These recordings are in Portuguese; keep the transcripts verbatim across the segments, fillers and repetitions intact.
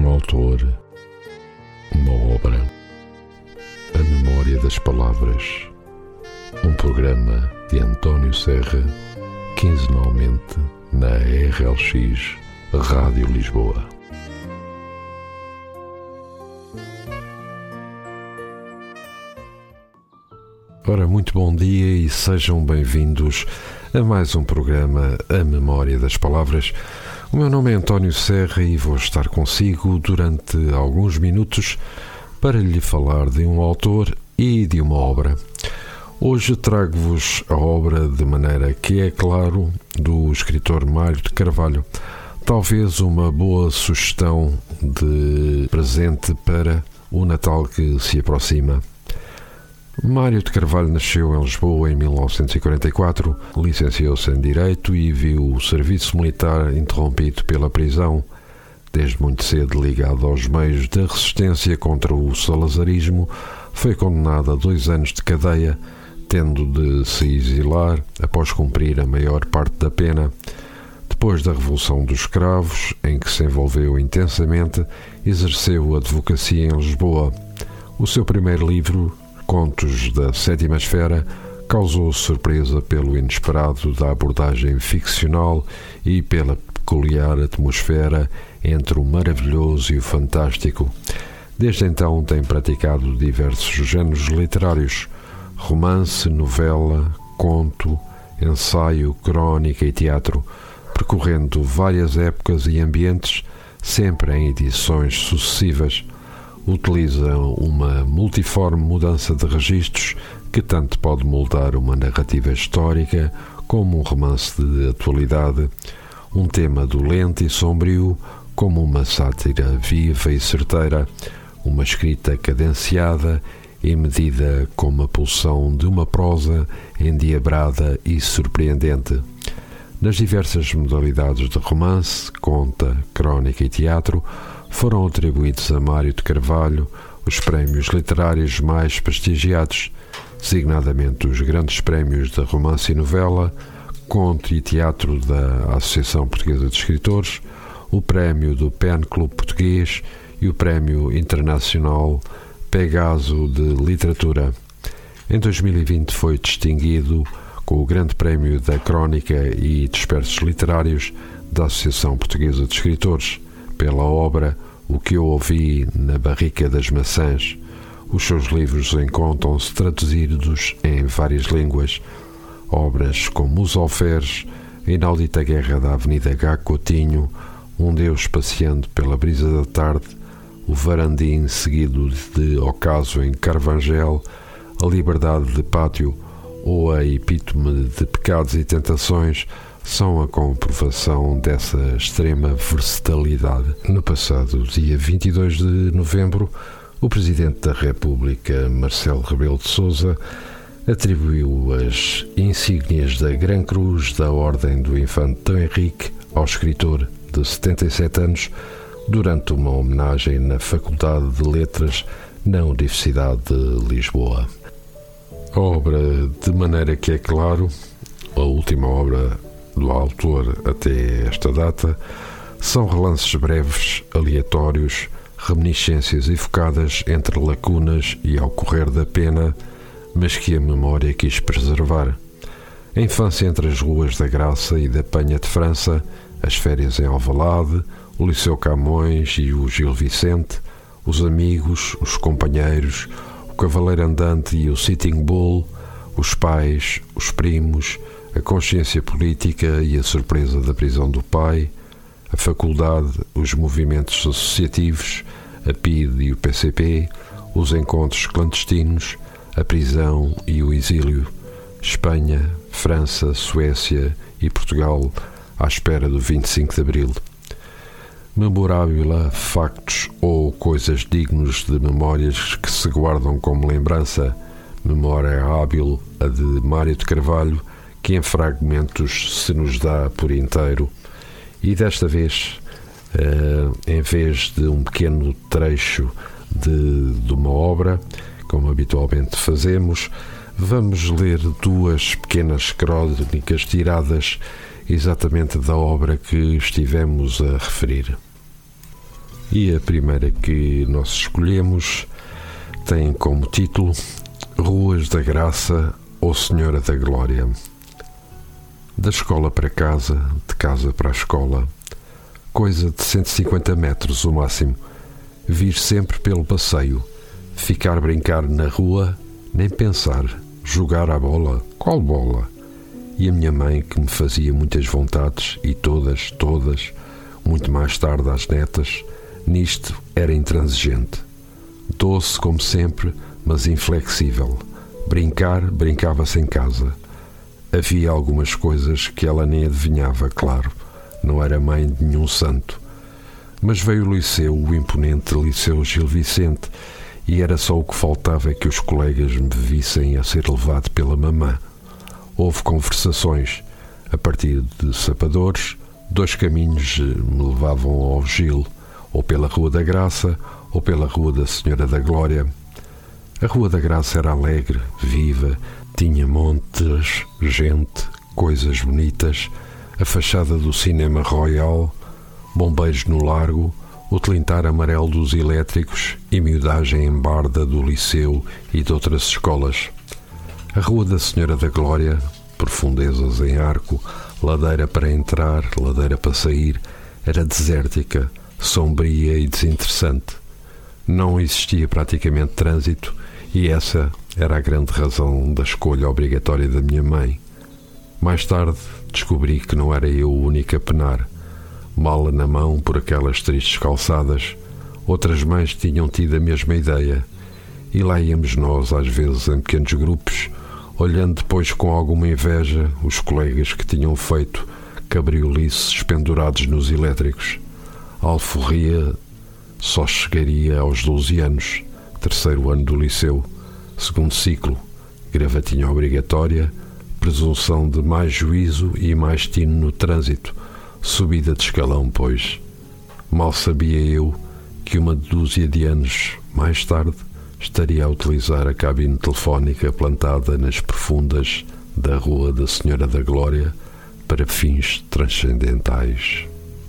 Um autor, uma obra, a memória das palavras. Um programa de António Serra, quinzenalmente na R L X Rádio Lisboa. Ora, muito bom dia e sejam bem-vindos a mais um programa, A Memória das Palavras. O meu nome é António Serra e vou estar consigo durante alguns minutos para lhe falar de um autor e de uma obra. Hoje trago-vos a obra de maneira que é claro do escritor Mário de Carvalho, talvez uma boa sugestão de presente para o Natal que se aproxima. Mário de Carvalho nasceu em Lisboa em mil novecentos e quarenta e quatro, licenciou-se em Direito e viu o serviço militar interrompido pela prisão. Desde muito cedo ligado aos meios da resistência contra o salazarismo, foi condenado a dois anos de cadeia, tendo de se exilar após cumprir a maior parte da pena. Depois da Revolução dos Cravos, em que se envolveu intensamente, exerceu advocacia em Lisboa. O seu primeiro livro, Contos da Sétima Esfera, causou surpresa pelo inesperado da abordagem ficcional e pela peculiar atmosfera entre o maravilhoso e o fantástico. Desde então tem praticado diversos géneros literários: romance, novela, conto, ensaio, crónica e teatro, percorrendo várias épocas e ambientes, sempre em edições sucessivas. Utiliza uma multiforme mudança de registros que tanto pode moldar uma narrativa histórica como um romance de atualidade, um tema dolente e sombrio como uma sátira viva e certeira, uma escrita cadenciada e medida com a pulsão de uma prosa endiabrada e surpreendente. Nas diversas modalidades de romance, conta, crónica e teatro, foram atribuídos a Mário de Carvalho os prémios literários mais prestigiados, designadamente os grandes prémios de romance e novela, conto e teatro da Associação Portuguesa de Escritores, o prémio do Pen Club Português e o prémio internacional Pegaso de Literatura. Em dois mil e vinte foi distinguido com o grande prémio da Crónica e Dispersos Literários da Associação Portuguesa de Escritores, pela obra O que eu ouvi na barrica das maçãs. Os seus livros encontram-se traduzidos em várias línguas. Obras como Os Alferes, A Inaudita Guerra da Avenida Gá Coutinho, Um Deus Passeando pela Brisa da Tarde, O Varandim seguido de Ocaso em Carvangel, A Liberdade de Pátio ou A Epítome de Pecados e Tentações são a comprovação dessa extrema versatilidade. No passado dia vinte e dois de novembro, o Presidente da República, Marcelo Rebelo de Sousa, atribuiu as insígnias da Gran Cruz da Ordem do Infante Dom Henrique ao escritor de setenta e sete anos durante uma homenagem na Faculdade de Letras na Universidade de Lisboa. A obra, de maneira que é claro, a última obra do autor até esta data, são relances breves, aleatórios, reminiscências evocadas entre lacunas e ao correr da pena, mas que a memória quis preservar. A infância entre as ruas da Graça e da Penha de França, as férias em Alvalade, o Liceu Camões e o Gil Vicente, os amigos, os companheiros, o Cavaleiro Andante e o Sitting Bull, os pais, os primos, a consciência política e a surpresa da prisão do pai, a faculdade, os movimentos associativos, a P I D e o P C P, os encontros clandestinos, a prisão e o exílio, Espanha, França, Suécia e Portugal à espera do vinte e cinco de Abril. Memorável, factos ou coisas dignos de memórias que se guardam como lembrança, memória hábil, a de Mário de Carvalho, que em fragmentos se nos dá por inteiro. E desta vez, uh, em vez de um pequeno trecho de, de uma obra, como habitualmente fazemos, vamos ler duas pequenas crónicas tiradas exatamente da obra que estivemos a referir. E a primeira que nós escolhemos tem como título Ruas da Graça ou Senhora da Glória. Da escola para casa, de casa para a escola, coisa de cento e cinquenta metros o máximo, vir sempre pelo passeio, ficar a brincar na rua, nem pensar, jogar à bola, qual bola? E a minha mãe, que me fazia muitas vontades, e todas, todas, muito mais tarde às netas, nisto era intransigente. Doce como sempre, mas inflexível. Brincar, brincava-se em casa. Havia algumas coisas que ela nem adivinhava, claro, não era mãe de nenhum santo. Mas veio o liceu, o imponente Liceu Gil Vicente, e era só o que faltava que os colegas me vissem a ser levado pela mamã. Houve conversações. A partir de Sapadores, dois caminhos me levavam ao Gil, ou pela Rua da Graça, ou pela Rua da Senhora da Glória. A Rua da Graça era alegre, viva, tinha montes, gente, coisas bonitas, a fachada do Cinema Royal, bombeiros no largo, o tilintar amarelo dos elétricos e miudagem em barda do liceu e de outras escolas. A Rua da Senhora da Glória, profundezas em arco, ladeira para entrar, ladeira para sair, era desértica, sombria e desinteressante. Não existia praticamente trânsito e essa era a grande razão da escolha obrigatória da minha mãe. Mais tarde descobri que não era eu o único a penar. Mala na mão por aquelas tristes calçadas, outras mães tinham tido a mesma ideia. E lá íamos nós, às vezes em pequenos grupos, olhando depois com alguma inveja os colegas que tinham feito cabriolices pendurados nos elétricos. A alforria só chegaria aos doze anos, terceiro ano do liceu, segundo ciclo, gravatinha obrigatória, presunção de mais juízo e mais tino no trânsito, subida de escalão, pois. Mal sabia eu que uma dúzia de anos mais tarde estaria a utilizar a cabine telefónica plantada nas profundas da Rua da Senhora da Glória para fins transcendentais.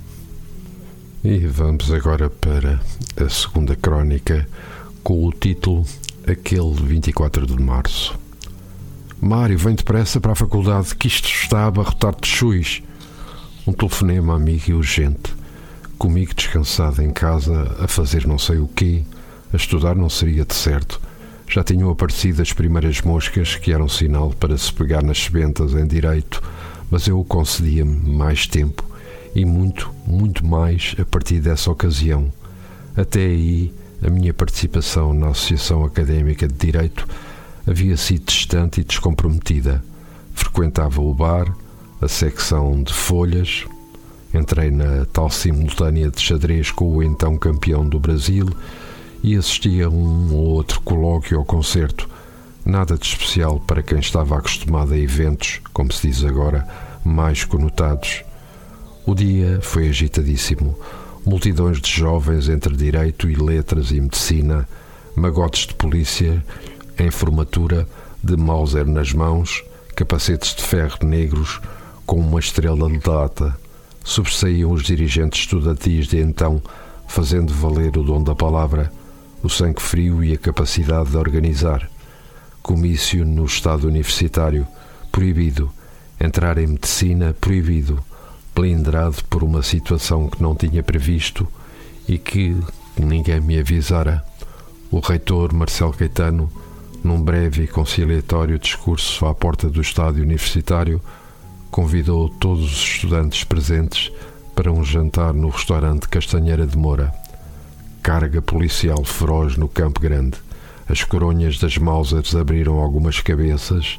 E vamos agora para a segunda crónica com o título Aquele vinte e quatro de março. Mário, vem depressa para a faculdade que isto está a abarrotar de chuis. Um telefonema amigo e urgente. Comigo descansado em casa a fazer não sei o quê, a estudar não seria de certo. Já tinham aparecido as primeiras moscas que eram sinal para se pegar nas sebentas em direito, mas eu concedia-me mais tempo e muito, muito mais a partir dessa ocasião. Até aí, a minha participação na Associação Académica de Direito havia sido distante e descomprometida. Frequentava o bar, a secção de folhas, entrei na tal simultânea de xadrez com o então campeão do Brasil e assistia a um ou outro colóquio ou concerto, nada de especial para quem estava acostumado a eventos, como se diz agora, mais conotados. O dia foi agitadíssimo. Multidões de jovens entre direito e letras e medicina, magotes de polícia em formatura, de Mauser nas mãos, capacetes de ferro negros com uma estrela de data. Sobressaíam os dirigentes estudantis de então, fazendo valer o dom da palavra, o sangue frio e a capacidade de organizar. Comício no estado universitário, proibido. Entrar em medicina, proibido. Blindrado por uma situação que não tinha previsto e que ninguém me avisara. O reitor Marcelo Caetano, num breve e conciliatório discurso à porta do estádio universitário, convidou todos os estudantes presentes para um jantar no restaurante Castanheira de Moura. Carga policial feroz no Campo Grande. As coronhas das Mausers abriram algumas cabeças,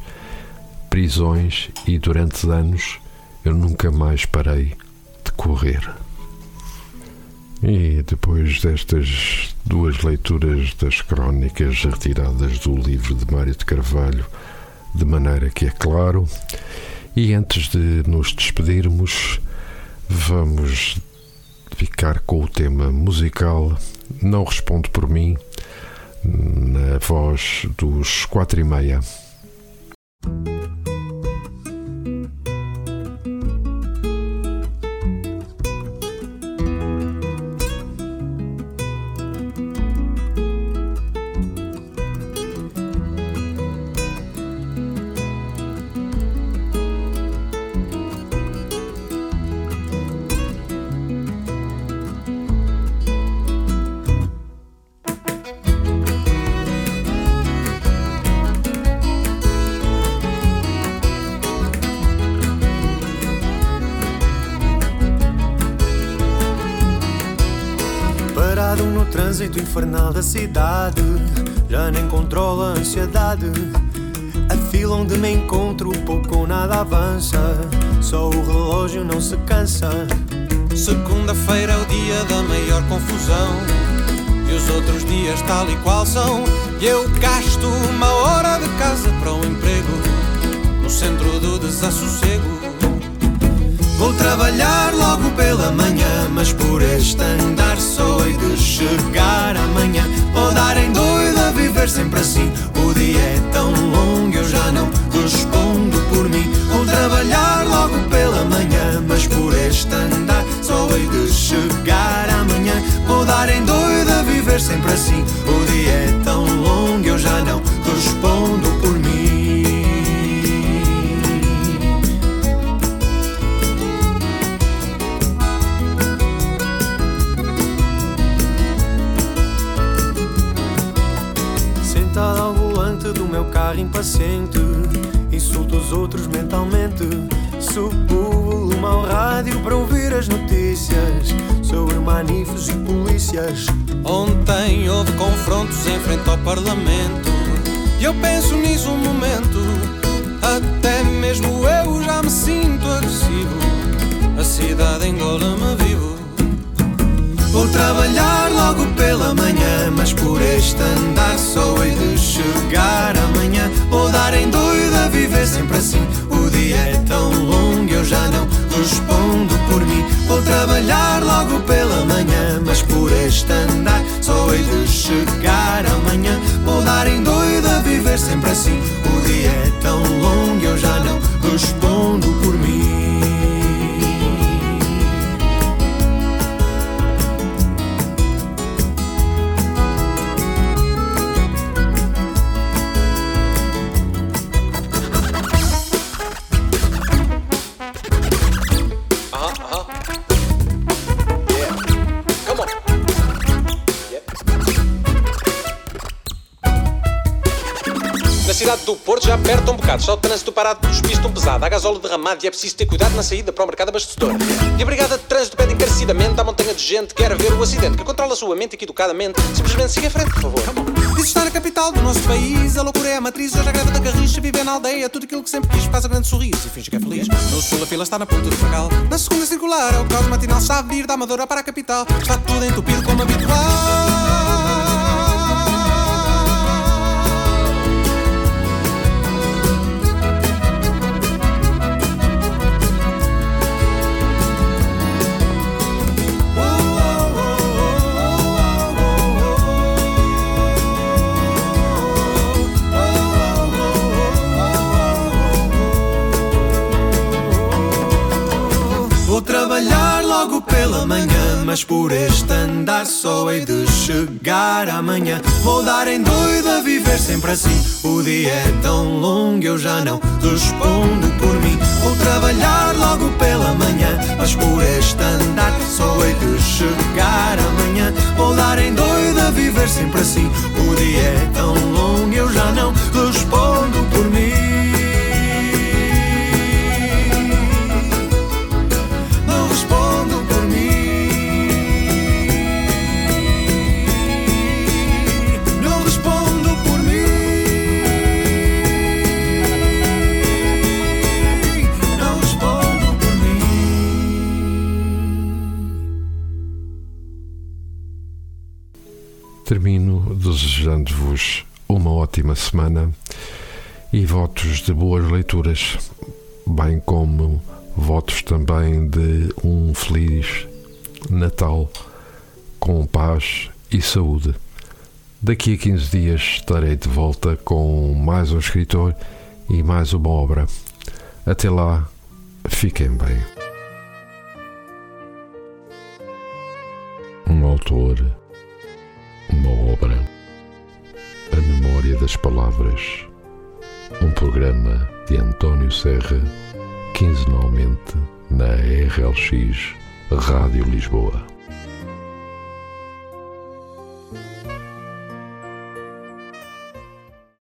prisões e, durante anos, eu nunca mais parei de correr. E depois destas duas leituras das crónicas retiradas do livro de Mário de Carvalho, de maneira que é claro, e antes de nos despedirmos, vamos ficar com o tema musical Não Respondo Por Mim, na voz dos quatro e meia. Viciado no trânsito infernal da cidade, já nem controlo a ansiedade. A fila onde me encontro pouco ou nada avança, só o relógio não se cansa. Segunda-feira é o dia da maior confusão, e os outros dias tal e qual são. E eu gasto uma hora de casa para o emprego, no centro do desassossego. Vou trabalhar logo pela manhã, mas por este andar só hei de chegar amanhã. Vou dar em doido a viver sempre assim, o dia é tão longo eu já não respondo por mim. Vou trabalhar logo pela manhã, mas por este andar só hei de chegar amanhã. Vou dar em doido a viver sempre assim, o dia é tão longo eu já não respondo por mim. Sentado ao volante do meu carro impaciente, insulto os outros mentalmente. Subo o volume ao rádio para ouvir as notícias sobre manifes e polícias. Ontem houve confrontos em frente ao Parlamento, e eu penso nisso um momento. Até mesmo eu já me sinto agressivo, a cidade engola-me vivo. Vou trabalhar logo pela manhã, mas por este andar só hei de chegar amanhã. Vou dar em doido a viver sempre assim, o dia é tão longo eu já não respondo por mim. Vou trabalhar logo pela manhã, mas por este andar só hei de chegar amanhã. Vou dar em doido a viver sempre assim, o dia é tão longo eu já não respondo por mim. Na cidade do Porto já aperta um bocado, está o trânsito parado pelos pistos pesado, há gasóleo derramado e é preciso ter cuidado na saída para o mercado abastecedor. E a brigada de trânsito pede encarecidamente à montanha de gente que quer ver o acidente, que controla a sua mente e que educadamente simplesmente siga em frente, por favor. Isso está na capital do nosso país, a loucura é a matriz, hoje a greve da carricha, viver na aldeia, tudo aquilo que sempre quis, faz a grande sorriso e finge que é feliz. No sul a fila está na ponta do Fagal, na segunda circular é o caos matinal, está a vir da Amadora para a capital, está tudo entupido como habitual. Vou trabalhar logo pela manhã, mas por este andar só hei de chegar amanhã. Vou dar em doido a viver sempre assim, o dia é tão longo eu já não respondo por mim. Vou trabalhar logo pela manhã, mas por este andar só hei de chegar amanhã. Vou dar em doido a viver sempre assim, o dia é tão longo eu já não respondo por mim. Termino desejando-vos uma ótima semana e votos de boas leituras, bem como votos também de um feliz Natal com paz e saúde. Daqui a quinze dias estarei de volta com mais um escritor e mais uma obra. Até lá, fiquem bem. Um autor, uma obra, a memória das palavras, um programa de António Serra, quinzenalmente na R L X Rádio Lisboa.